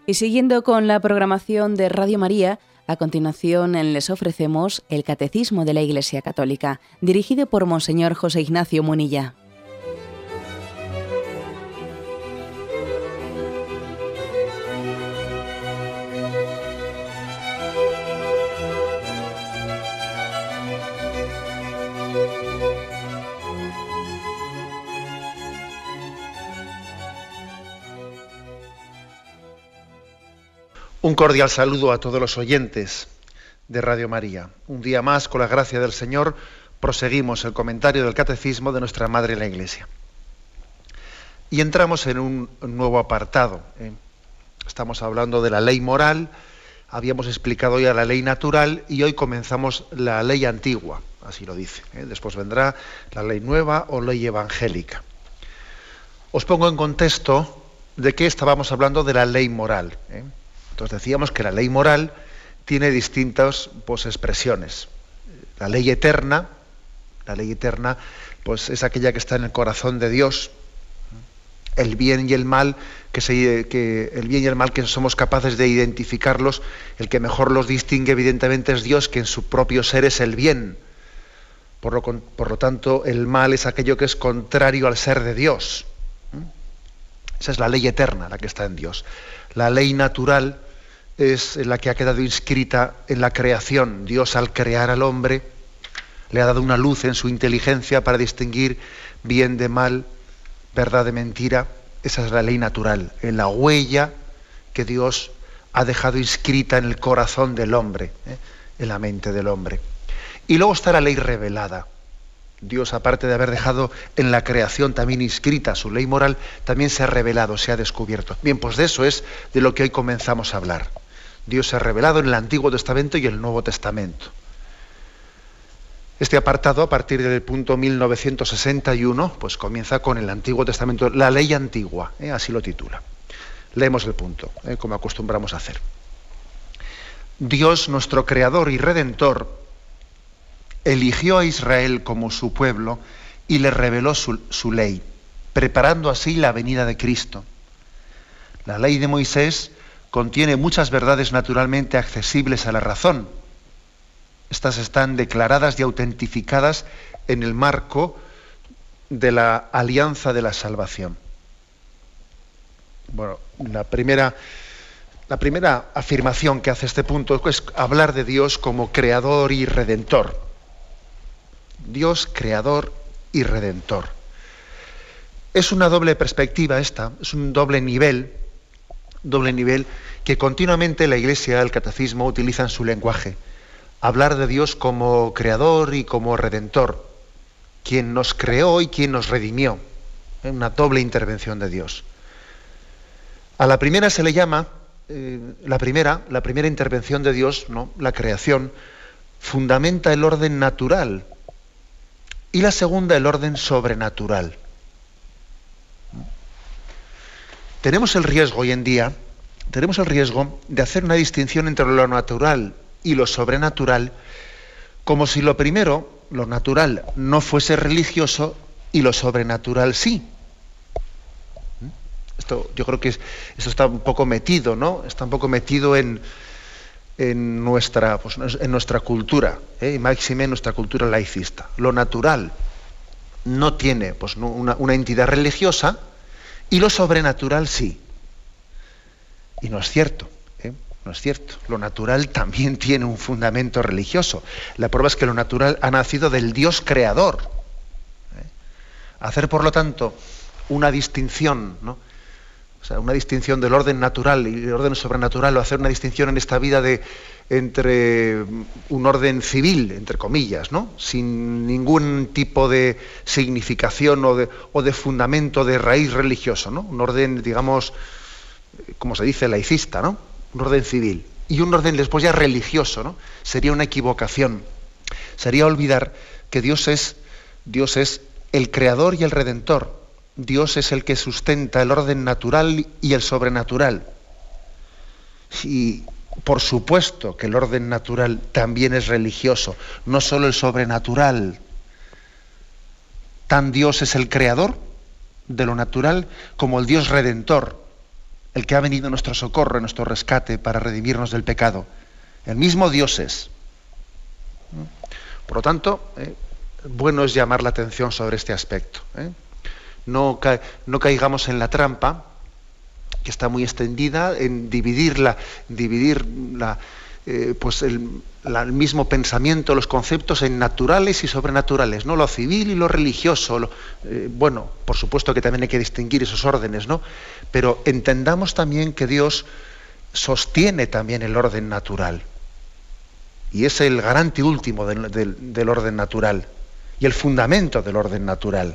Y siguiendo con la programación de Radio María, a continuación les ofrecemos el Catecismo de la Iglesia Católica, dirigido por Monseñor José Ignacio Munilla. Un cordial saludo a todos los oyentes de Radio María. Un día más, con la gracia del Señor, proseguimos el comentario del Catecismo de nuestra Madre la Iglesia. Y entramos en un nuevo apartado. Estamos hablando de la ley moral, habíamos explicado ya la ley natural y hoy comenzamos la ley antigua, así lo dice. Después vendrá la ley nueva o ley evangélica. Os pongo en contexto de qué estábamos hablando de la ley moral. Entonces decíamos que la ley moral tiene distintas expresiones. La ley eterna pues es aquella que está en el corazón de Dios. El bien y el mal que somos capaces de identificarlos, el que mejor los distingue evidentemente es Dios, que en su propio ser es el bien. Por lo tanto, el mal es aquello que es contrario al ser de Dios. Esa es la ley eterna, la que está en Dios. La ley natural es la que ha quedado inscrita en la creación. Dios, al crear al hombre, le ha dado una luz en su inteligencia para distinguir bien de mal, verdad de mentira. Esa es la ley natural, en la huella que Dios ha dejado inscrita en el corazón del hombre, en la mente del hombre. Y luego está la ley revelada. Dios, aparte de haber dejado en la creación también inscrita su ley moral, también se ha revelado, se ha descubierto. Bien, pues de eso es de lo que hoy comenzamos a hablar. Dios se ha revelado en el Antiguo Testamento y el Nuevo Testamento. Este apartado, a partir del punto 1961, pues comienza con el Antiguo Testamento, la ley antigua, así lo titula. Leemos el punto, como acostumbramos a hacer. Dios, nuestro Creador y Redentor, eligió a Israel como su pueblo y le reveló su ley, preparando así la venida de Cristo. La ley de Moisés contiene muchas verdades naturalmente accesibles a la razón. Estas están declaradas y autentificadas en el marco de la alianza de la salvación. Bueno, la primera afirmación que hace este punto es hablar de Dios como creador y redentor. Dios creador y redentor. Es una doble perspectiva esta, es un doble nivel que continuamente la Iglesia, el Catecismo, utiliza en su lenguaje. Hablar de Dios como creador y como redentor, quien nos creó y quien nos redimió. Una doble intervención de Dios. A la primera se le llama, la primera intervención de Dios, ¿no? La creación, fundamenta el orden natural, y la segunda el orden sobrenatural. Tenemos el riesgo hoy en día, de hacer una distinción entre lo natural y lo sobrenatural, como si lo primero, lo natural, no fuese religioso y lo sobrenatural sí. Yo creo que esto está un poco metido, ¿no? Está un poco metido en nuestra cultura, máxime en nuestra cultura laicista. Lo natural no tiene una entidad religiosa y lo sobrenatural sí. Y no es cierto. No es cierto. Lo natural también tiene un fundamento religioso. La prueba es que lo natural ha nacido del Dios creador. Hacer, por lo tanto, una distinción, ¿no? O sea, una distinción del orden natural y del orden sobrenatural, o hacer una distinción en esta vida entre un orden civil, entre comillas, ¿no? Sin ningún tipo de significación o de fundamento de raíz religioso, ¿no? Un orden, digamos, como se dice, laicista, ¿no? Un orden civil. Y un orden después ya religioso, ¿no? Sería una equivocación. Sería olvidar que Dios es el creador y el redentor. Dios es el que sustenta el orden natural y el sobrenatural. Y por supuesto que el orden natural también es religioso, no solo el sobrenatural. Tan Dios es el creador de lo natural como el Dios redentor. el que ha venido en nuestro socorro, en nuestro rescate, para redimirnos del pecado. El mismo Dios es. Por lo tanto, bueno es llamar la atención sobre este aspecto. No caigamos en la trampa, que está muy extendida, en dividir el mismo pensamiento, los conceptos en naturales y sobrenaturales, ¿no? Lo civil y lo religioso. Bueno, por supuesto que también hay que distinguir esos órdenes, ¿no? Pero entendamos también que Dios sostiene también el orden natural. Y es el garante último del orden natural y el fundamento del orden natural.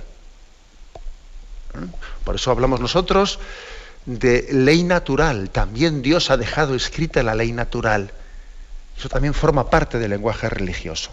Por eso hablamos nosotros de ley natural. También Dios ha dejado escrita la ley natural. Eso también forma parte del lenguaje religioso.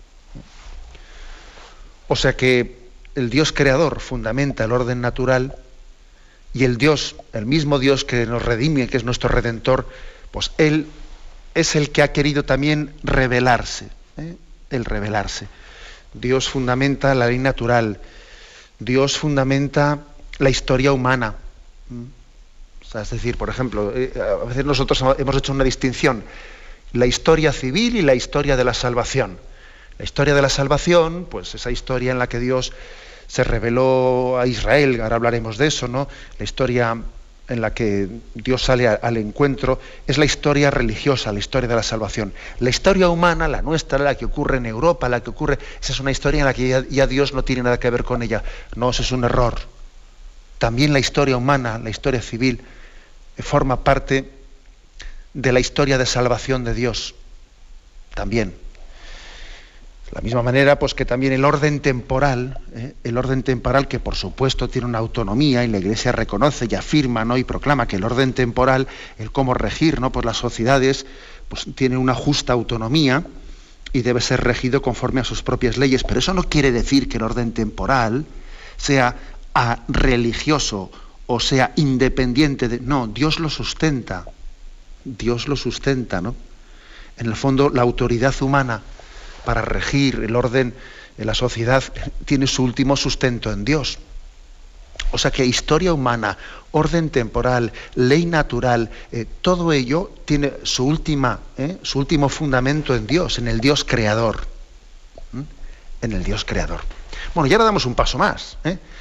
O sea que el Dios creador fundamenta el orden natural y el mismo Dios que nos redime, que es nuestro Redentor, pues Él es el que ha querido también revelarse, el revelarse. Dios fundamenta la ley natural, Dios fundamenta la historia humana. O sea, es decir, por ejemplo, a veces nosotros hemos hecho una distinción, la historia civil y la historia de la salvación. La historia de la salvación, pues esa historia en la que Dios se reveló a Israel, ahora hablaremos de eso, ¿no? La historia en la que Dios sale al encuentro, es la historia religiosa, la historia de la salvación. La historia humana, la nuestra, la que ocurre en Europa, esa es una historia en la que ya Dios no tiene nada que ver con ella. No, eso es un error. También la historia humana, la historia civil, forma parte de la historia de salvación de Dios. También. De la misma manera, pues que también el orden temporal que por supuesto tiene una autonomía y la Iglesia reconoce y afirma, ¿no? Y proclama que el orden temporal, el cómo regir, ¿no? Pues las sociedades, pues tiene una justa autonomía y debe ser regido conforme a sus propias leyes. Pero eso no quiere decir que el orden temporal sea religioso o sea independiente de... No, Dios lo sustenta. Dios lo sustenta, ¿no? En el fondo, la autoridad humana para regir el orden en la sociedad tiene su último sustento en Dios. O sea que historia humana, orden temporal, ley natural, todo ello tiene su último fundamento en Dios, en el Dios creador. En el Dios creador. Bueno, y ahora damos un paso más.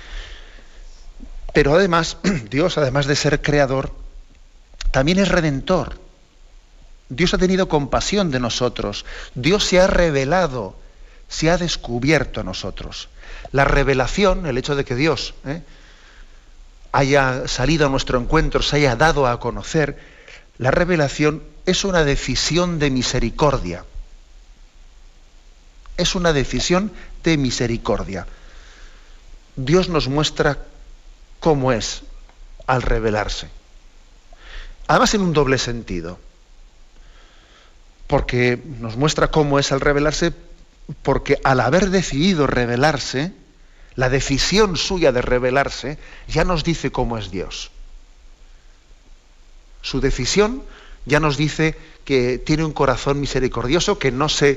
Pero además, Dios, además de ser creador, también es redentor. Dios ha tenido compasión de nosotros. Dios se ha revelado, se ha descubierto a nosotros. La revelación, el hecho de que Dios haya salido a nuestro encuentro, se haya dado a conocer, la revelación es una decisión de misericordia. Es una decisión de misericordia. Dios nos muestra cómo es al revelarse. Además en un doble sentido. Porque nos muestra cómo es al revelarse, porque al haber decidido revelarse, la decisión suya de revelarse, ya nos dice cómo es Dios. Su decisión ya nos dice que tiene un corazón misericordioso, que no se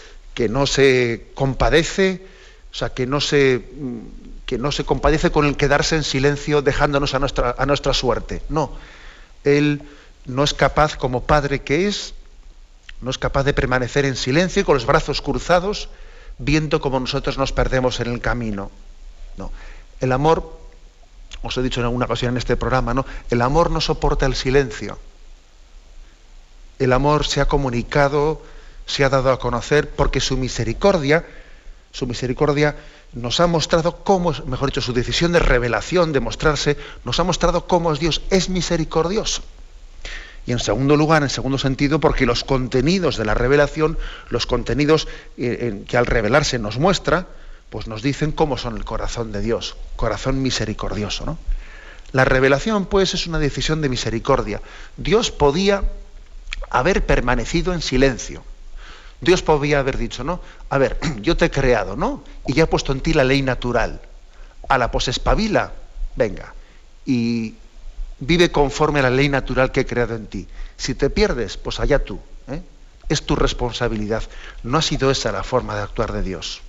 compadece, o sea, que no se compadece con el quedarse en silencio dejándonos a nuestra suerte. No, Él no es capaz, como Padre que es, no es capaz de permanecer en silencio y con los brazos cruzados, viendo cómo nosotros nos perdemos en el camino. No. El amor, os he dicho en alguna ocasión en este programa, ¿no? El amor no soporta el silencio. El amor se ha comunicado, se ha dado a conocer, porque su misericordia nos ha mostrado cómo, mejor dicho, su decisión de revelación, de mostrarse, nos ha mostrado cómo es Dios, es misericordioso. Y en segundo lugar, en segundo sentido, porque los contenidos de la revelación, los contenidos que al revelarse nos muestra, pues nos dicen cómo son el corazón de Dios, corazón misericordioso, ¿no? La revelación, pues, es una decisión de misericordia. Dios podía haber permanecido en silencio. Dios podía haber dicho, ¿no? A ver, yo te he creado, ¿no? Y ya he puesto en ti la ley natural. Pues espabila, venga, y vive conforme a la ley natural que he creado en ti. Si te pierdes, pues allá tú. Es tu responsabilidad. No ha sido esa la forma de actuar de Dios.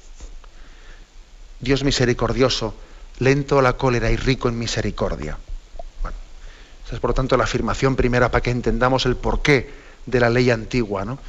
Dios misericordioso, lento a la cólera y rico en misericordia. Bueno, Esa es, por lo tanto, la afirmación primera para que entendamos el porqué de la ley antigua, ¿no?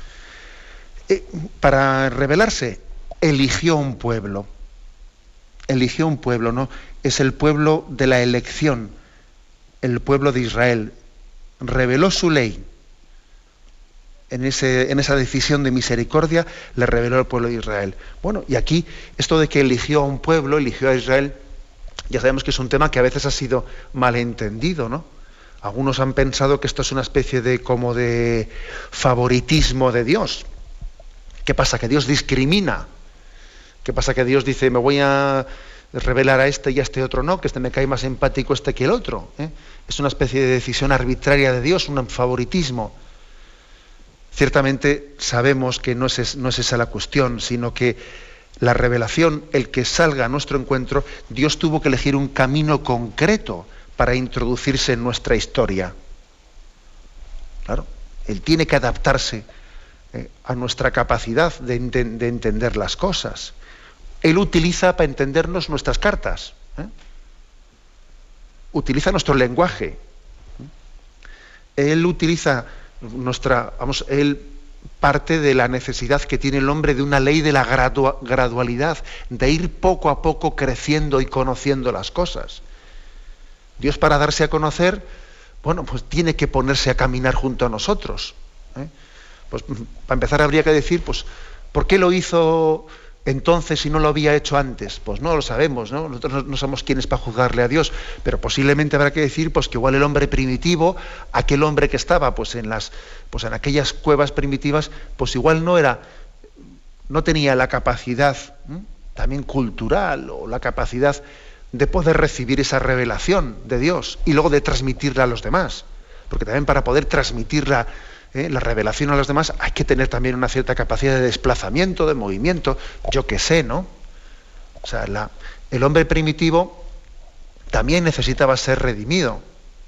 Para revelarse, eligió un pueblo. Eligió un pueblo, ¿no? Es el pueblo de la elección, el pueblo de Israel. Reveló su ley. En esa decisión de misericordia le reveló al pueblo de Israel. Bueno, y aquí, esto de que eligió a un pueblo, eligió a Israel, ya sabemos que es un tema que a veces ha sido malentendido, ¿no? Algunos han pensado que esto es una especie de como de favoritismo de Dios. ¿Qué pasa? ¿Que Dios discrimina? ¿Qué pasa? Que Dios dice, me voy a revelar a este y a este otro no, que este me cae más empático este que el otro, ¿eh? Es una especie de decisión arbitraria de Dios, un favoritismo. Ciertamente sabemos que no es esa la cuestión, sino que la revelación, el que salga a nuestro encuentro, Dios tuvo que elegir un camino concreto para introducirse en nuestra historia. Claro, Él tiene que adaptarse a nuestra capacidad de entender las cosas. Él utiliza para entendernos nuestras cartas, utiliza nuestro lenguaje. Él utiliza él parte de la necesidad que tiene el hombre de una ley de la gradualidad, de ir poco a poco creciendo y conociendo las cosas. Dios, para darse a conocer, bueno, pues tiene que ponerse a caminar junto a nosotros. Pues para empezar habría que decir, pues, ¿por qué lo hizo entonces si no lo había hecho antes? Pues no lo sabemos, ¿no? Nosotros no somos quienes para juzgarle a Dios, pero posiblemente habrá que decir, pues, que igual el hombre primitivo, aquel hombre que estaba pues en aquellas cuevas primitivas, pues igual no tenía la capacidad también cultural o la capacidad de poder recibir esa revelación de Dios y luego de transmitirla a los demás, porque también para poder transmitirla la revelación a los demás hay que tener también una cierta capacidad de desplazamiento, de movimiento, yo qué sé, ¿no? O sea, el hombre primitivo también necesitaba ser redimido.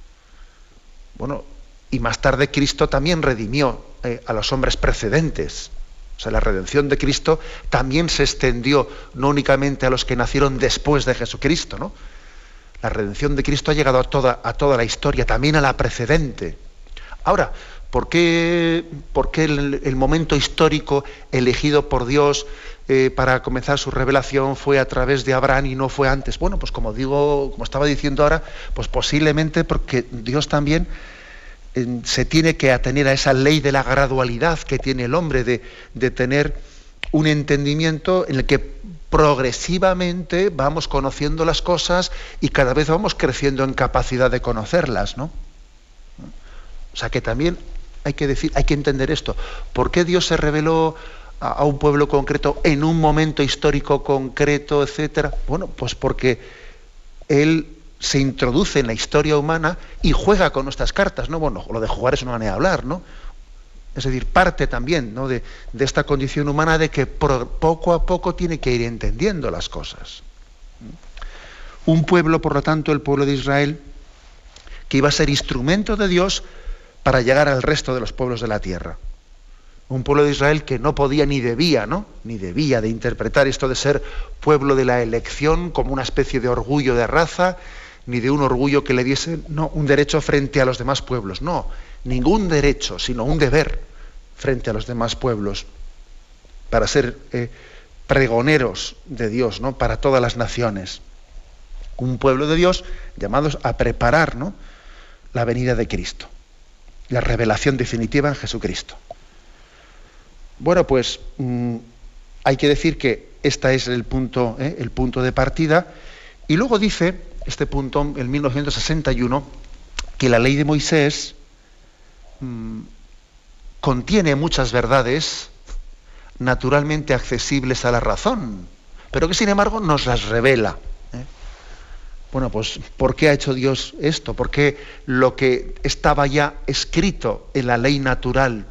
Bueno, y más tarde Cristo también redimió a los hombres precedentes. O sea, la redención de Cristo también se extendió no únicamente a los que nacieron después de Jesucristo, ¿no? La redención de Cristo ha llegado a toda la historia, también a la precedente. Ahora, ¿por qué el momento histórico elegido por Dios para comenzar su revelación fue a través de Abraham y no fue antes? Bueno, pues como estaba diciendo ahora, pues posiblemente porque Dios también se tiene que atener a esa ley de la gradualidad que tiene el hombre, de tener un entendimiento en el que progresivamente vamos conociendo las cosas y cada vez vamos creciendo en capacidad de conocerlas, ¿no? O sea que también hay que entender esto. ¿Por qué Dios se reveló a un pueblo concreto en un momento histórico concreto, etcétera? Bueno, pues porque Él se introduce en la historia humana y juega con nuestras cartas, ¿no? Bueno, lo de jugar es una manera de hablar, ¿no? Es decir, parte también, ¿no?, de esta condición humana de que poco a poco tiene que ir entendiendo las cosas. Un pueblo, por lo tanto, el pueblo de Israel, que iba a ser instrumento de Dios para llegar al resto de los pueblos de la tierra. Un pueblo de Israel que no podía ni debía de interpretar esto de ser pueblo de la elección como una especie de orgullo de raza, ni de un orgullo que le diese un derecho frente a los demás pueblos. No, ningún derecho, sino un deber frente a los demás pueblos, para ser pregoneros de Dios, ¿no?, para todas las naciones. Un pueblo de Dios llamados a preparar, ¿no?, la venida de Cristo, la revelación definitiva en Jesucristo. Bueno, pues hay que decir que este es el punto de partida, y luego dice este punto, en 1961, que la ley de Moisés contiene muchas verdades naturalmente accesibles a la razón, pero que sin embargo nos las revela. Bueno, pues ¿por qué ha hecho Dios esto? ¿Por qué lo que estaba ya escrito en la ley natural,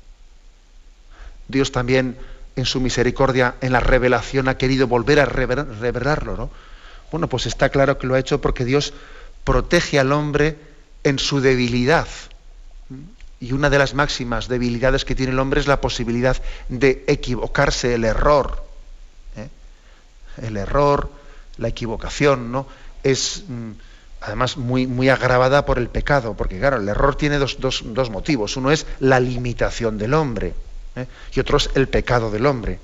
Dios también en su misericordia, en la revelación, ha querido volver a revelarlo, ¿no? Bueno, pues está claro que lo ha hecho porque Dios protege al hombre en su debilidad. Y una de las máximas debilidades que tiene el hombre es la posibilidad de equivocarse, el error. El error, la equivocación, ¿no?, es además muy, muy agravada por el pecado, porque claro, el error tiene dos motivos. Uno es la limitación del hombre, y otro es el pecado del hombre.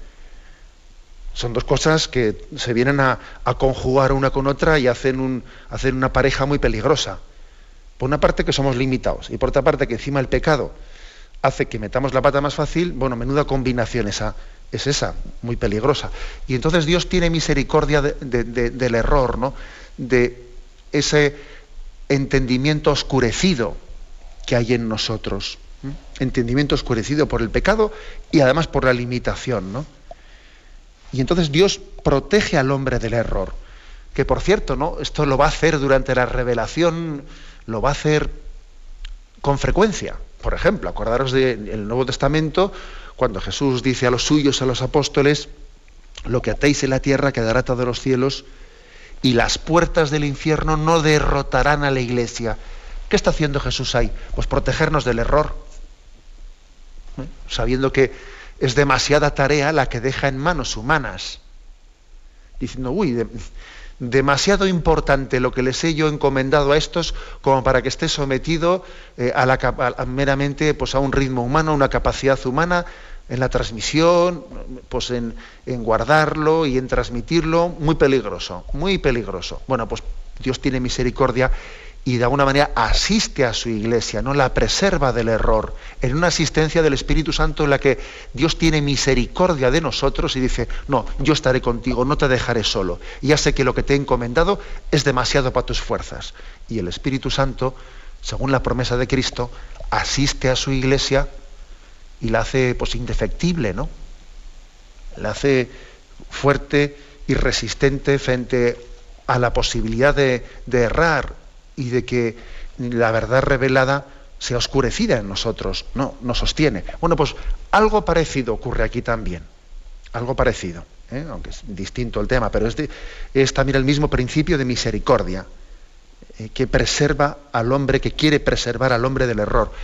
Son dos cosas que se vienen a conjugar una con otra y hacen una pareja muy peligrosa. Por una parte que somos limitados y por otra parte que encima el pecado hace que metamos la pata más fácil. Bueno, menuda combinación es esa, muy peligrosa. Y entonces Dios tiene misericordia del error, ¿no? De ese entendimiento oscurecido que hay en nosotros. Entendimiento oscurecido por el pecado y además por la limitación, ¿no? Y entonces Dios protege al hombre del error. Que por cierto, ¿no? Esto lo va a hacer durante la revelación, lo va a hacer con frecuencia. Por ejemplo, acordaros del Nuevo Testamento, cuando Jesús dice a los suyos, a los apóstoles: lo que atéis en la tierra quedará atado en los cielos, y las puertas del infierno no derrotarán a la Iglesia. ¿Qué está haciendo Jesús ahí? Pues protegernos del error, sabiendo que es demasiada tarea la que deja en manos humanas, diciendo: uy, demasiado importante lo que les he yo encomendado a estos como para que esté sometido meramente pues, a un ritmo humano, a una capacidad humana en la transmisión, pues en guardarlo y en transmitirlo. Muy peligroso, muy peligroso. Bueno, pues Dios tiene misericordia y de alguna manera asiste a su Iglesia, no la preserva del error, en una asistencia del Espíritu Santo en la que Dios tiene misericordia de nosotros y dice: no, yo estaré contigo, no te dejaré solo, ya sé que lo que te he encomendado es demasiado para tus fuerzas. Y el Espíritu Santo, según la promesa de Cristo, asiste a su Iglesia y la hace pues indefectible, ¿no? La hace fuerte y resistente frente a la posibilidad de errar y de que la verdad revelada sea oscurecida en nosotros. No, nos sostiene. Bueno, pues algo parecido ocurre aquí también. Algo parecido, aunque es distinto el tema, pero es también el mismo principio de misericordia, que preserva al hombre, que quiere preservar al hombre del error.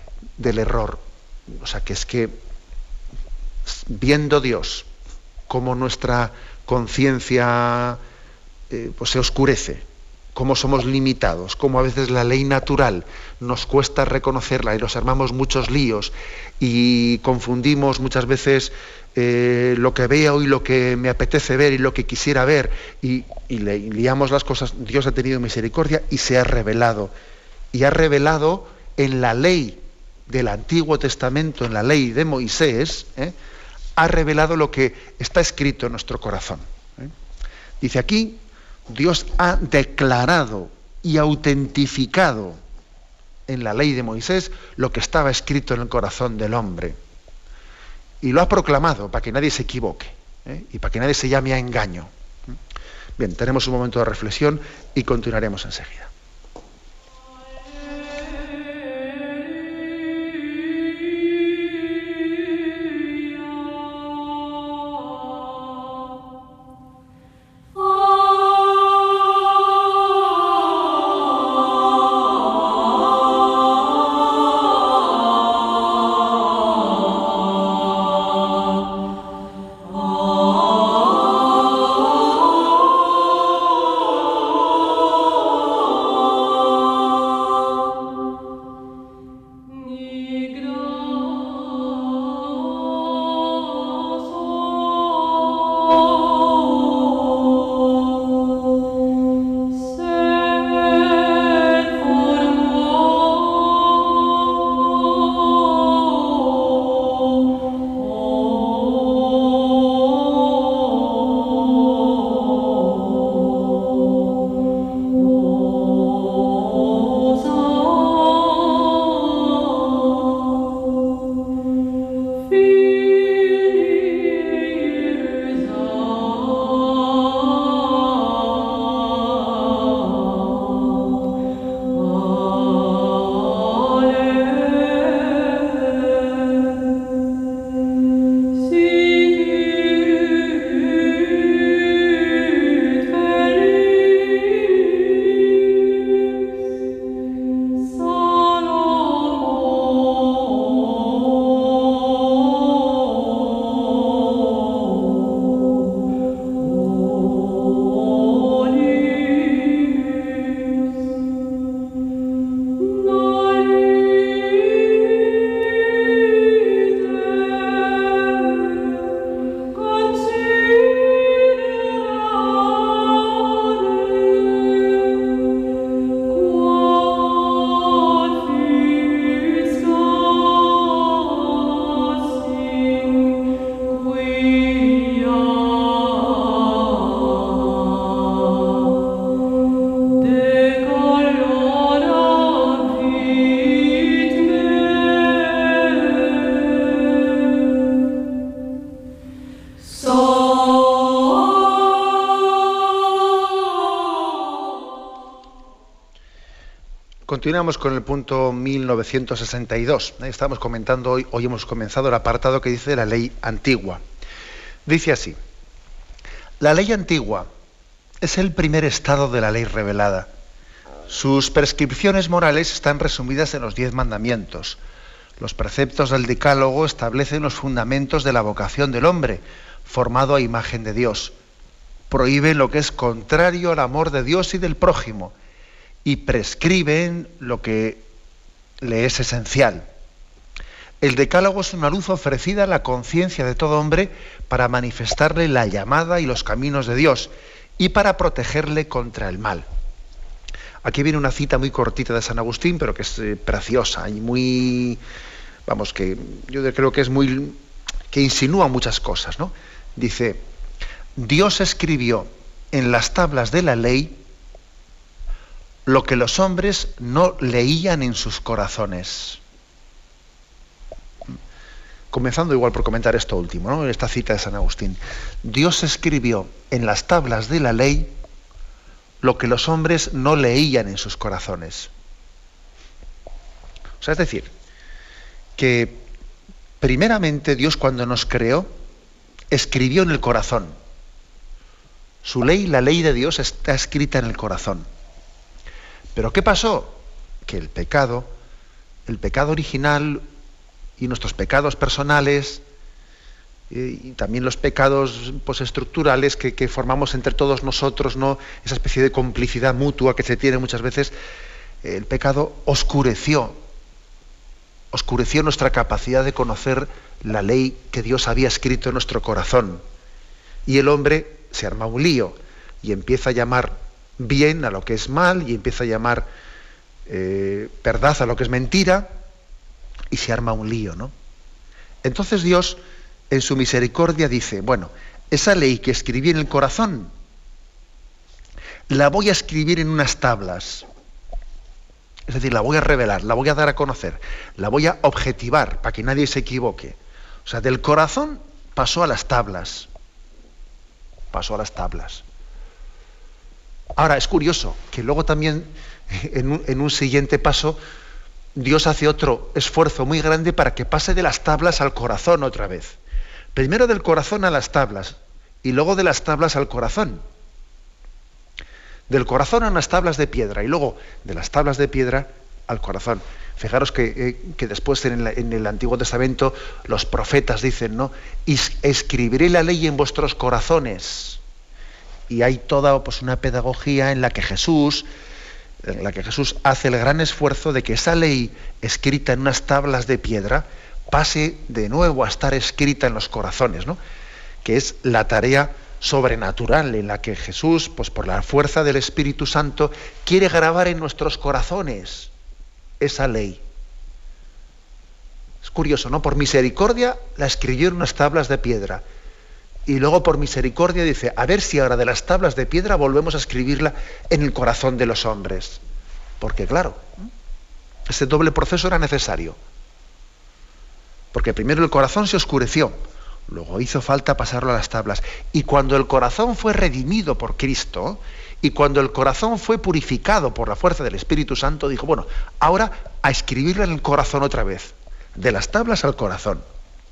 O sea, que es que viendo Dios cómo nuestra conciencia pues se oscurece, cómo somos limitados, cómo a veces la ley natural nos cuesta reconocerla y nos armamos muchos líos y confundimos muchas veces lo que veo y lo que me apetece ver y lo que quisiera ver y liamos las cosas. Dios ha tenido misericordia y se ha revelado. Y ha revelado en la ley del Antiguo Testamento, en la ley de Moisés, ha revelado lo que está escrito en nuestro corazón. Dice aquí: Dios ha declarado y autentificado en la ley de Moisés lo que estaba escrito en el corazón del hombre. Y lo ha proclamado para que nadie se equivoque, y para que nadie se llame a engaño. Bien, tenemos un momento de reflexión y continuaremos enseguida. Continuamos con el punto 1962. Estamos comentando hoy hemos comenzado el apartado que dice la ley antigua. Dice así: la ley antigua es el primer estado de la ley revelada. Sus prescripciones morales están resumidas en los 10 mandamientos. Los preceptos del Decálogo establecen los fundamentos de la vocación del hombre, formado a imagen de Dios. Prohíben lo que es contrario al amor de Dios y del prójimo, y prescriben lo que le es esencial. El Decálogo es una luz ofrecida a la conciencia de todo hombre para manifestarle la llamada y los caminos de Dios y para protegerle contra el mal. Aquí viene una cita muy cortita de San Agustín, pero que es preciosa y muy, que yo creo que es muy, que insinúa muchas cosas, ¿no? Dice: Dios escribió en las tablas de la ley lo que los hombres no leían en sus corazones. Comenzando igual por comentar esto último, ¿no? Esta cita de San Agustín. Dios escribió en las tablas de la ley lo que los hombres no leían en sus corazones. O sea, es decir, que primeramente Dios, cuando nos creó, escribió en el corazón. Su ley, la ley de Dios, está escrita en el corazón. Pero ¿qué pasó? Que el pecado original y nuestros pecados personales y también los pecados estructurales que formamos entre todos nosotros, ¿no? Esa especie de complicidad mutua que se tiene muchas veces, el pecado oscureció nuestra capacidad de conocer la ley que Dios había escrito en nuestro corazón. Y el hombre se arma un lío y empieza a llamar bien a lo que es mal y empieza a llamar verdad a lo que es mentira, y se arma un lío, ¿no? Entonces Dios, en su misericordia, dice: bueno, esa ley que escribí en el corazón la voy a escribir en unas tablas. Es decir, la voy a revelar, la voy a dar a conocer, la voy a objetivar para que nadie se equivoque. O sea, del corazón pasó a las tablas. Pasó a las tablas. Ahora, es curioso que luego también, en un siguiente paso, Dios hace otro esfuerzo muy grande para que pase de las tablas al corazón otra vez. Primero del corazón a las tablas, y luego de las tablas al corazón. Del corazón a unas tablas de piedra, y luego de las tablas de piedra al corazón. Fijaros que después en el Antiguo Testamento los profetas dicen, ¿no? Escribiré la ley en vuestros corazones. Y hay toda una pedagogía en la que Jesús hace el gran esfuerzo de que esa ley escrita en unas tablas de piedra pase de nuevo a estar escrita en los corazones, ¿no? Que es la tarea sobrenatural en la que Jesús, por la fuerza del Espíritu Santo, quiere grabar en nuestros corazones esa ley. Es curioso, ¿no? Por misericordia la escribió en unas tablas de piedra. Y luego por misericordia dice: a ver si ahora de las tablas de piedra volvemos a escribirla en el corazón de los hombres. Porque claro, ese doble proceso era necesario. Porque primero el corazón se oscureció, luego hizo falta pasarlo a las tablas. Y cuando el corazón fue redimido por Cristo, y cuando el corazón fue purificado por la fuerza del Espíritu Santo, dijo: bueno, ahora a escribirla en el corazón otra vez, de las tablas al corazón.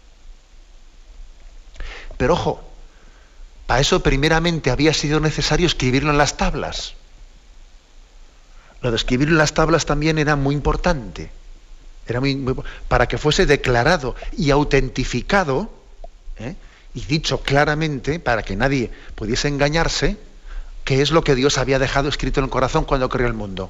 Pero ojo, para eso primeramente había sido necesario escribirlo en las tablas. Lo de escribirlo en las tablas también era muy importante. Era muy para que fuese declarado y autentificado, y dicho claramente, para que nadie pudiese engañarse, qué es lo que Dios había dejado escrito en el corazón cuando creó el mundo.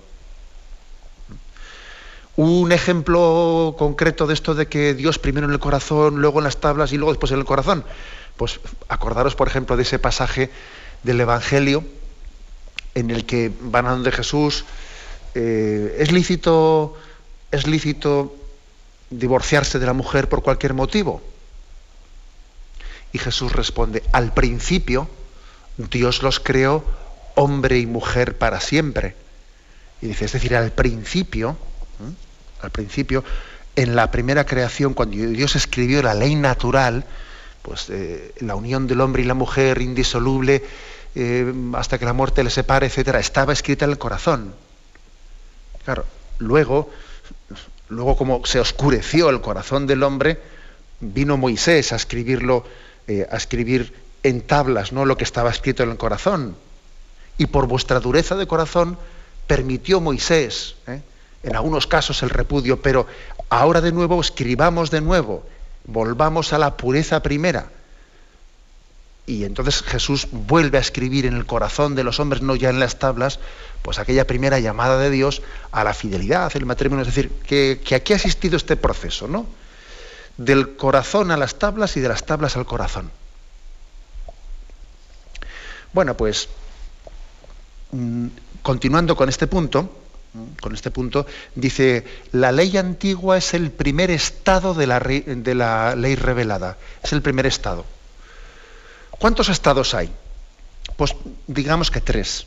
Un ejemplo concreto de esto de que Dios primero en el corazón, luego en las tablas y luego después en el corazón. Pues acordaros, por ejemplo, de ese pasaje del Evangelio en el que van a donde Jesús. ¿Es lícito divorciarse de la mujer por cualquier motivo? Y Jesús responde: al principio Dios los creó hombre y mujer para siempre. Y dice, es decir, al principio, en la primera creación, cuando Dios escribió la ley natural, la unión del hombre y la mujer indisoluble hasta que la muerte les separe, etcétera, estaba escrita en el corazón. Claro, Luego como se oscureció el corazón del hombre, vino Moisés a escribirlo, a escribir en tablas, ¿no?, lo que estaba escrito en el corazón. Y por vuestra dureza de corazón permitió Moisés, en algunos casos, el repudio, pero ahora de nuevo escribamos de nuevo, volvamos a la pureza primera. Y entonces Jesús vuelve a escribir en el corazón de los hombres, no ya en las tablas, pues aquella primera llamada de Dios a la fidelidad, el matrimonio. Es decir, que aquí ha existido este proceso, ¿no?, del corazón a las tablas y de las tablas al corazón. Bueno, pues continuando con este punto, dice: la ley antigua es el primer estado de la ley revelada. Es el primer estado. ¿Cuántos estados hay? Pues digamos que tres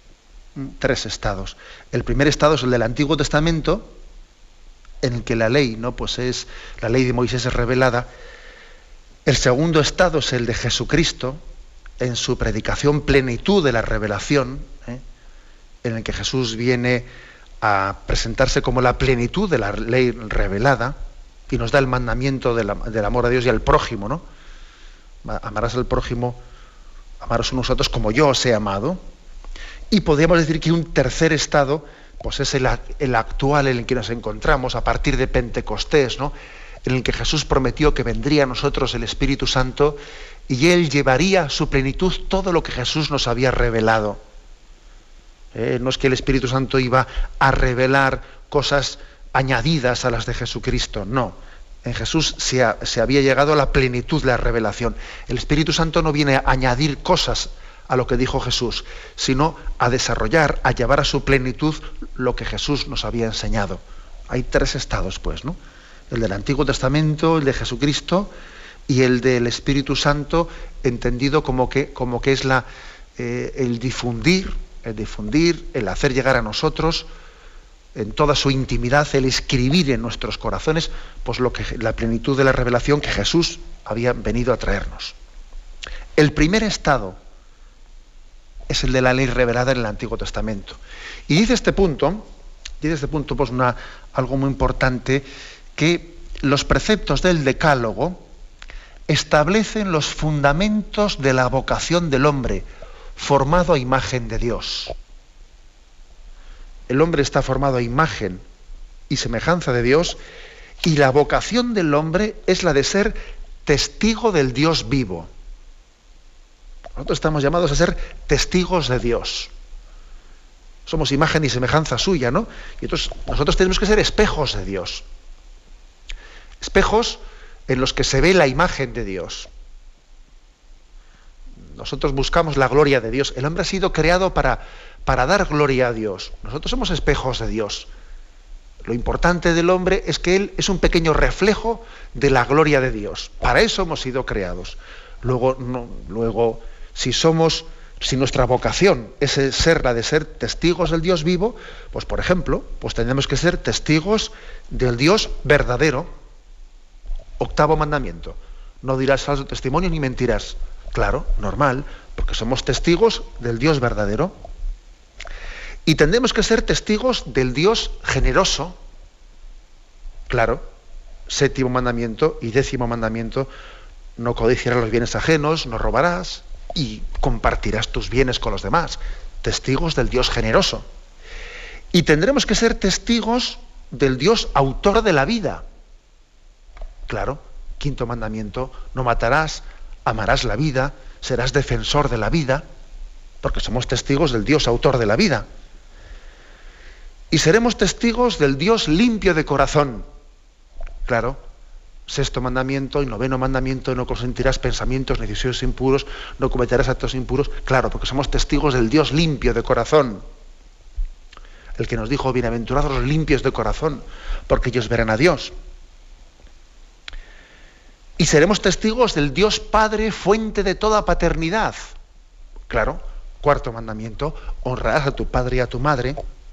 estados. El primer estado es el del Antiguo Testamento, en el que la ley, ¿no?, pues es la ley de Moisés es revelada. El segundo estado es el de Jesucristo, en su predicación, plenitud de la revelación, en el que Jesús viene a presentarse como la plenitud de la ley revelada y nos da el mandamiento del amor a Dios y al prójimo, ¿no? Amarás al prójimo, amaros unos a otros como yo os he amado. Y podríamos decir que un tercer estado, pues es el actual en el que nos encontramos a partir de Pentecostés, ¿no?, en el que Jesús prometió que vendría a nosotros el Espíritu Santo y Él llevaría a su plenitud todo lo que Jesús nos había revelado. No es que el Espíritu Santo iba a revelar cosas añadidas a las de Jesucristo, no. En Jesús se había llegado a la plenitud de la revelación. El Espíritu Santo no viene a añadir cosas a lo que dijo Jesús, sino a desarrollar, a llevar a su plenitud lo que Jesús nos había enseñado. Hay tres estados, pues, ¿no? El del Antiguo Testamento, el de Jesucristo y el del Espíritu Santo, entendido como que es el difundir, el hacer llegar a nosotros en toda su intimidad, el escribir en nuestros corazones, pues la plenitud de la revelación que Jesús había venido a traernos. El primer estado es el de la ley revelada en el Antiguo Testamento. Y dice este punto pues algo muy importante, que los preceptos del Decálogo establecen los fundamentos de la vocación del hombre, formado a imagen de Dios. El hombre está formado a imagen y semejanza de Dios, y la vocación del hombre es la de ser testigo del Dios vivo. Nosotros estamos llamados a ser testigos de Dios. Somos imagen y semejanza suya, ¿no? Y entonces nosotros tenemos que ser espejos de Dios. Espejos en los que se ve la imagen de Dios. Nosotros buscamos la gloria de Dios. El hombre ha sido creado para dar gloria a Dios. Nosotros somos espejos de Dios. Lo importante del hombre es que él es un pequeño reflejo de la gloria de Dios. Para eso hemos sido creados. Luego, si nuestra vocación es ser la de ser testigos del Dios vivo, pues por ejemplo, pues tenemos que ser testigos del Dios verdadero. Octavo mandamiento: no dirás falso testimonio ni mentirás. Claro, normal, porque somos testigos del Dios verdadero. Y tendremos que ser testigos del Dios generoso. Claro, séptimo mandamiento y décimo mandamiento: no codiciarás los bienes ajenos, no robarás y compartirás tus bienes con los demás. Testigos del Dios generoso. Y tendremos que ser testigos del Dios autor de la vida. Claro, quinto mandamiento: no matarás, amarás la vida, serás defensor de la vida, porque somos testigos del Dios autor de la vida. Y seremos testigos del Dios limpio de corazón. Claro, sexto mandamiento y noveno mandamiento: no consentirás pensamientos ni deseos impuros, no cometerás actos impuros. Claro, porque somos testigos del Dios limpio de corazón. El que nos dijo: bienaventurados los limpios de corazón, porque ellos verán a Dios. Y seremos testigos del Dios Padre, fuente de toda paternidad. Claro, cuarto mandamiento: honrarás a tu padre y a tu madre.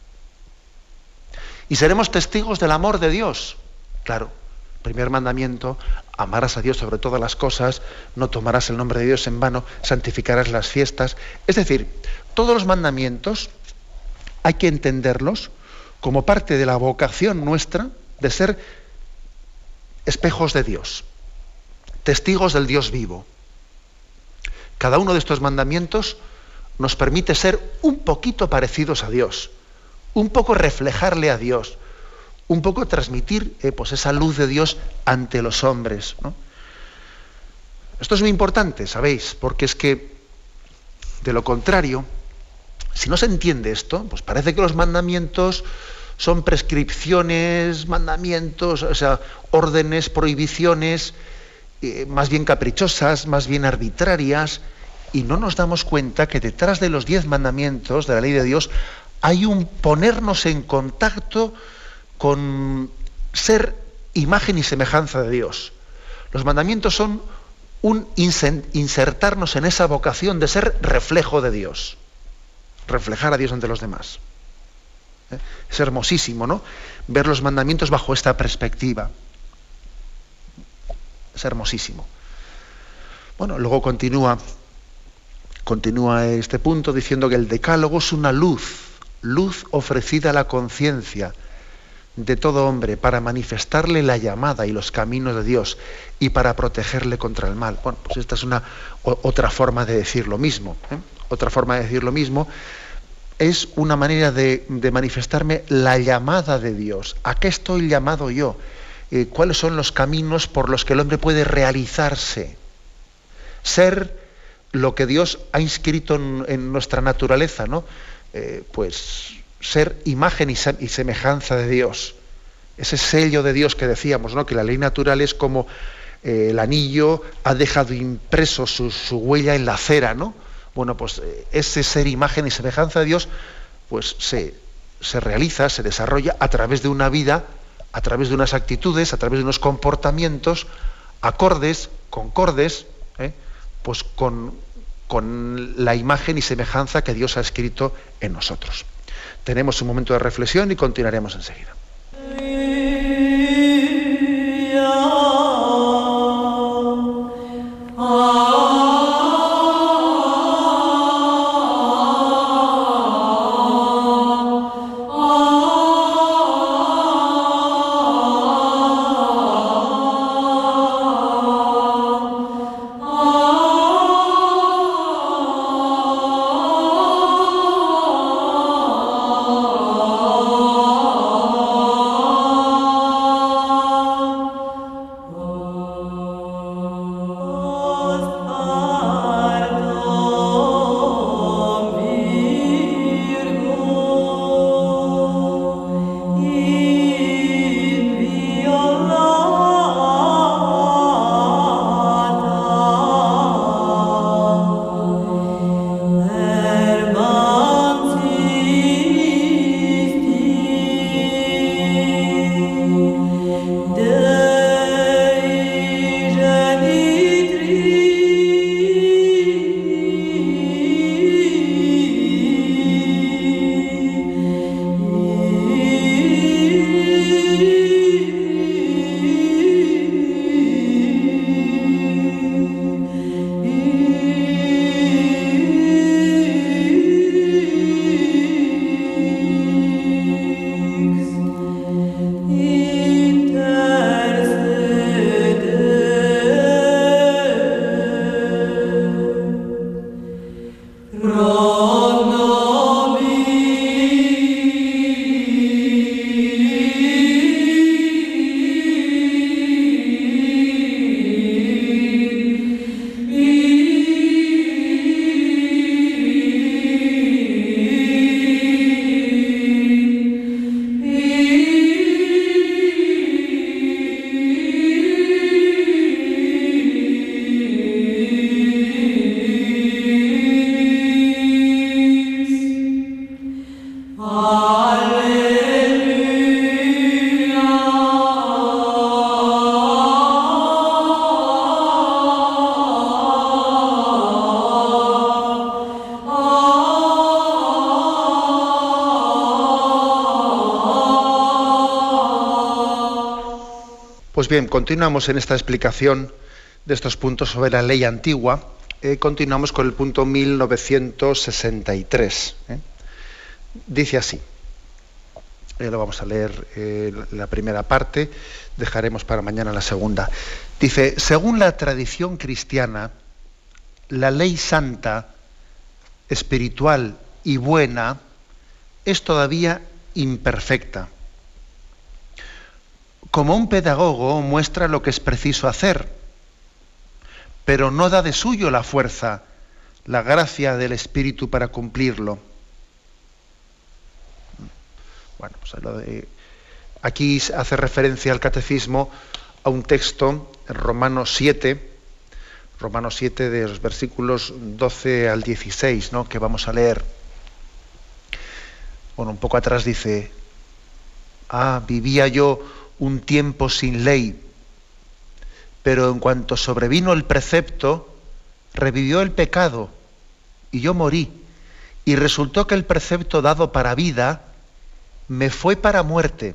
Y seremos testigos del amor de Dios. Claro, primer mandamiento: amarás a Dios sobre todas las cosas, no tomarás el nombre de Dios en vano, santificarás las fiestas. Es decir, todos los mandamientos hay que entenderlos como parte de la vocación nuestra de ser espejos de Dios, testigos del Dios vivo. Cada uno de estos mandamientos nos permite ser un poquito parecidos a Dios, un poco reflejarle a Dios, un poco transmitir pues esa luz de Dios ante los hombres, ¿no? Esto es muy importante, ¿sabéis? Porque es que, de lo contrario, si no se entiende esto, pues parece que los mandamientos son prescripciones, mandamientos, o sea, órdenes, prohibiciones, más bien caprichosas, más bien arbitrarias, y no nos damos cuenta que detrás de los 10 mandamientos de la ley de Dios hay un ponernos en contacto con ser imagen y semejanza de Dios. Los mandamientos son un insertarnos en esa vocación de ser reflejo de Dios, reflejar a Dios ante los demás. Es hermosísimo, ¿no?, ver los mandamientos bajo esta perspectiva. Es hermosísimo. Bueno, luego continúa este punto diciendo que el decálogo es una luz ofrecida a la conciencia de todo hombre para manifestarle la llamada y los caminos de Dios y para protegerle contra el mal. Bueno, pues esta es otra forma de decir lo mismo. Otra forma de decir lo mismo es una manera de manifestarme la llamada de Dios. ¿A qué estoy llamado yo? ¿Cuáles son los caminos por los que el hombre puede realizarse? Ser lo que Dios ha inscrito en nuestra naturaleza, ¿no? Pues ser imagen y semejanza de Dios. Ese sello de Dios que decíamos, ¿no?, que la ley natural es como el anillo ha dejado impreso su huella en la cera, ¿no? Bueno, pues ese ser imagen y semejanza de Dios pues se realiza, se desarrolla a través de una vida, a través de unas actitudes, a través de unos comportamientos acordes, concordes, pues con la imagen y semejanza que Dios ha escrito en nosotros. Tenemos un momento de reflexión y continuaremos enseguida. Pues bien, continuamos en esta explicación de estos puntos sobre la ley antigua. Continuamos con el punto 1963. Dice así: Lo vamos a leer la primera parte, dejaremos para mañana la segunda. Dice, según la tradición cristiana, la ley santa, espiritual y buena es todavía imperfecta. Como un pedagogo muestra lo que es preciso hacer, pero no da de suyo la fuerza, la gracia del Espíritu para cumplirlo. Bueno, pues aquí hace referencia al catecismo a un texto, en Romanos 7, de los versículos 12 al 16, ¿no?, que vamos a leer. Bueno, un poco atrás dice, vivía yo un tiempo sin ley, pero en cuanto sobrevino el precepto, revivió el pecado, y yo morí, y resultó que el precepto dado para vida me fue para muerte,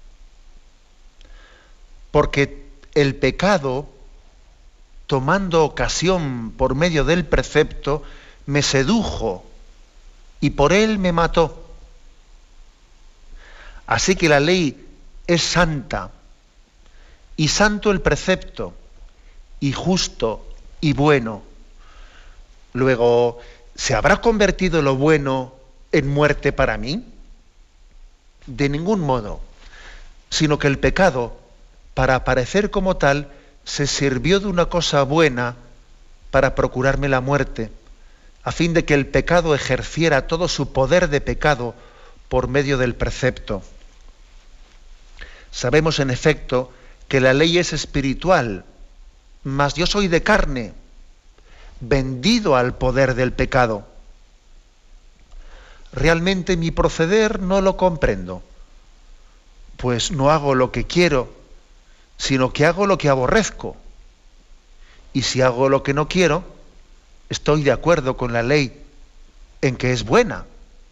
porque el pecado, tomando ocasión por medio del precepto, me sedujo y por él me mató. Así que la ley es santa, y santo el precepto, y justo y bueno. Luego, ¿se habrá convertido lo bueno en muerte para mí? De ningún modo, sino que el pecado, para aparecer como tal, se sirvió de una cosa buena para procurarme la muerte, a fin de que el pecado ejerciera todo su poder de pecado por medio del precepto. Sabemos en efecto que la ley es espiritual, mas yo soy de carne, vendido al poder del pecado. Realmente mi proceder no lo comprendo, pues no hago lo que quiero, sino que hago lo que aborrezco. Y si hago lo que no quiero, estoy de acuerdo con la ley en que es buena.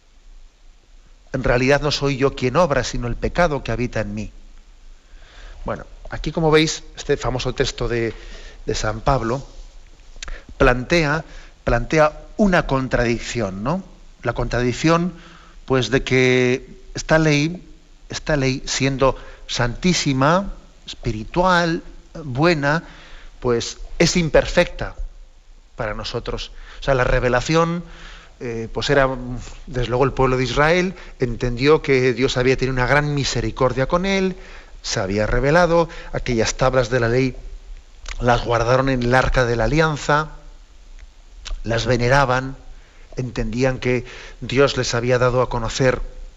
En realidad no soy yo quien obra, sino el pecado que habita en mí. Bueno, aquí como veis, este famoso texto de San Pablo plantea una contradicción, ¿no? La contradicción, pues, de que esta ley siendo santísima, espiritual, buena, pues es imperfecta para nosotros. O sea, la revelación, pues era, desde luego el pueblo de Israel entendió que Dios había tenido una gran misericordia con él, se había revelado, aquellas tablas de la ley las guardaron en el arca de la alianza, las veneraban, entendían que Dios les había dado a conocer,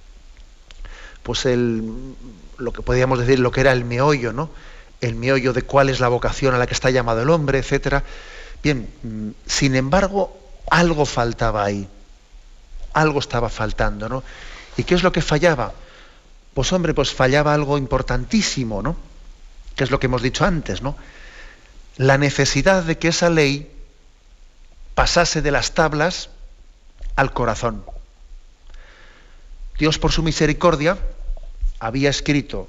pues lo que podríamos decir, lo que era el meollo, ¿no? El meollo de cuál es la vocación a la que está llamado el hombre, etcétera. Bien, sin embargo, algo faltaba ahí, algo estaba faltando, ¿no? ¿Y qué es lo que fallaba? Pues hombre, pues fallaba algo importantísimo, ¿no? Que es lo que hemos dicho antes, ¿no? La necesidad de que esa ley pasase de las tablas al corazón. Dios, por su misericordia, había escrito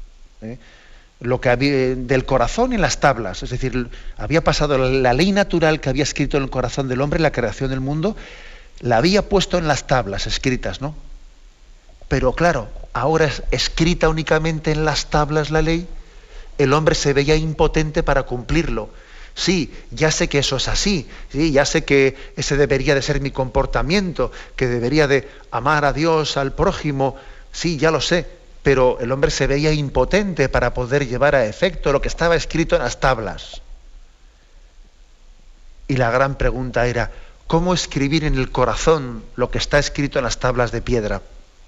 lo que había del corazón en las tablas, es decir, había pasado la ley natural que había escrito en el corazón del hombre, la creación del mundo, la había puesto en las tablas escritas, ¿no? Pero claro, ahora es escrita únicamente en las tablas la ley, el hombre se veía impotente para cumplirlo. Sí, ya sé que eso es así, sí, ya sé que ese debería de ser mi comportamiento, que debería de amar a Dios, al prójimo, sí, ya lo sé, pero el hombre se veía impotente para poder llevar a efecto lo que estaba escrito en las tablas. Y la gran pregunta era, ¿cómo escribir en el corazón lo que está escrito en las tablas de piedra?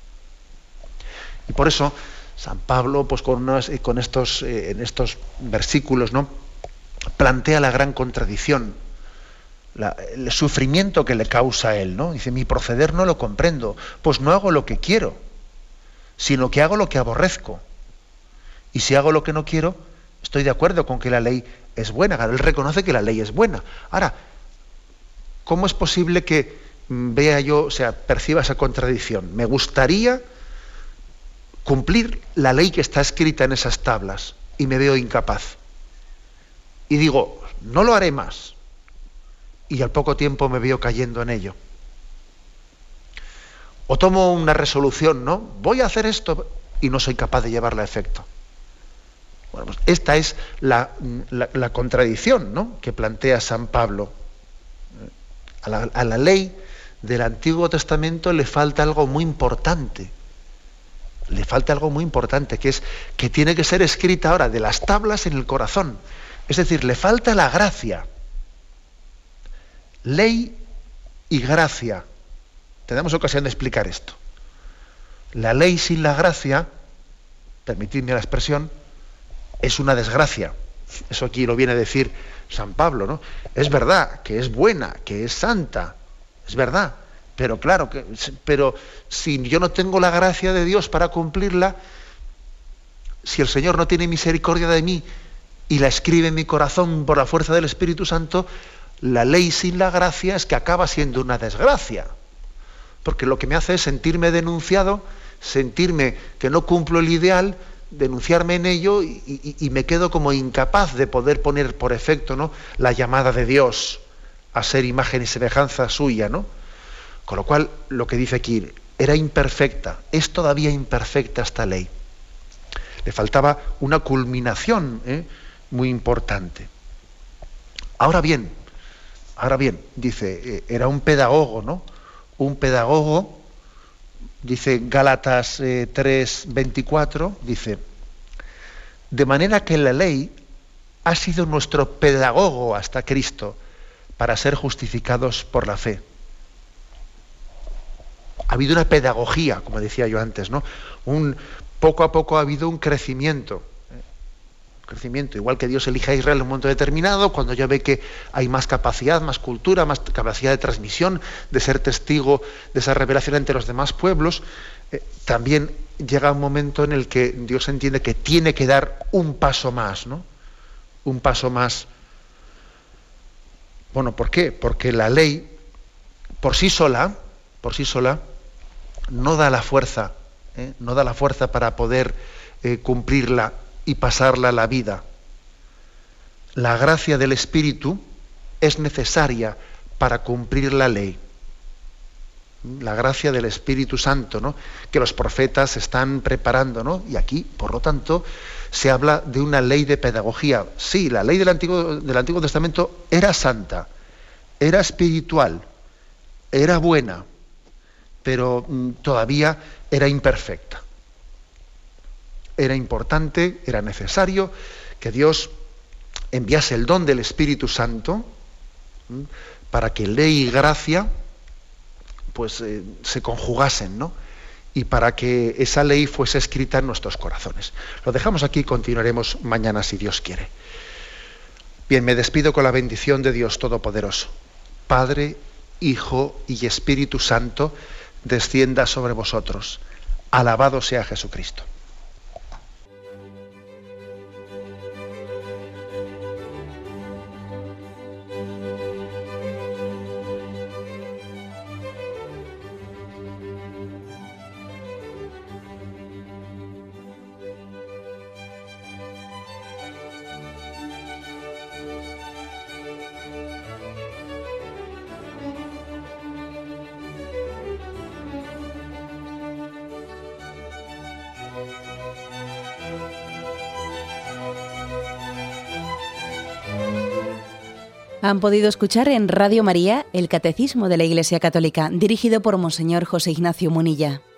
Y por eso San Pablo, pues en estos versículos, ¿no?, plantea la gran contradicción, el sufrimiento que le causa a él, ¿no? Dice, mi proceder no lo comprendo, pues no hago lo que quiero, sino que hago lo que aborrezco. Y si hago lo que no quiero, estoy de acuerdo con que la ley es buena. Él reconoce que la ley es buena. Ahora, ¿cómo es posible que vea yo, o sea, perciba esa contradicción? Me gustaría cumplir la ley que está escrita en esas tablas y me veo incapaz. Y digo, no lo haré más. Y al poco tiempo me veo cayendo en ello. O tomo una resolución, ¿no? Voy a hacer esto y no soy capaz de llevarla a efecto. Bueno, pues esta es la contradicción, ¿no?, que plantea San Pablo. A la ley del Antiguo Testamento le falta algo muy importante. Le falta algo muy importante, que es que tiene que ser escrita ahora de las tablas en el corazón. Es decir, le falta la gracia. Ley y gracia. Tenemos ocasión de explicar esto. La ley sin la gracia, permitidme la expresión, es una desgracia. Eso aquí lo viene a decir San Pablo, ¿no? Es verdad que es buena, que es santa, es verdad, pero claro, pero si yo no tengo la gracia de Dios para cumplirla, si el Señor no tiene misericordia de mí y la escribe en mi corazón por la fuerza del Espíritu Santo, la ley sin la gracia es que acaba siendo una desgracia, porque lo que me hace es sentirme denunciado, sentirme que no cumplo el ideal, denunciarme en ello y me quedo como incapaz de poder poner por efecto, ¿no?, la llamada de Dios a ser imagen y semejanza suya, ¿no? Con lo cual, lo que dice aquí, era imperfecta, es todavía imperfecta esta ley. Le faltaba una culminación, muy importante. Ahora bien, dice, era un pedagogo, ¿no? Un pedagogo, dice Gálatas 3:24, dice, de manera que la ley ha sido nuestro pedagogo hasta Cristo para ser justificados por la fe. Ha habido una pedagogía, como decía yo antes, ¿no? Poco a poco ha habido un crecimiento. Igual que Dios elige a Israel en un momento determinado, cuando ya ve que hay más capacidad, más cultura, más capacidad de transmisión, de ser testigo de esa revelación ante los demás pueblos, también llega un momento en el que Dios entiende que tiene que dar un paso más, ¿no? Un paso más. Bueno, ¿por qué? Porque la ley, por sí sola, no da la fuerza, no da la fuerza para poder cumplirla y pasarla a la vida. La gracia del Espíritu es necesaria para cumplir la ley. La gracia del Espíritu Santo, ¿no?, que los profetas están preparando, ¿no? Y aquí, por lo tanto, se habla de una ley de pedagogía. Sí, la ley del Antiguo Testamento era santa, era espiritual, era buena, pero todavía era imperfecta. Era importante, era necesario que Dios enviase el don del Espíritu Santo para que ley y gracia pues se conjugasen, ¿no?, y para que esa ley fuese escrita en nuestros corazones. Lo dejamos aquí y continuaremos mañana si Dios quiere. Bien, me despido con la bendición de Dios Todopoderoso. Padre, Hijo y Espíritu Santo, descienda sobre vosotros. Alabado sea Jesucristo. Han podido escuchar en Radio María el Catecismo de la Iglesia Católica, dirigido por Monseñor José Ignacio Munilla.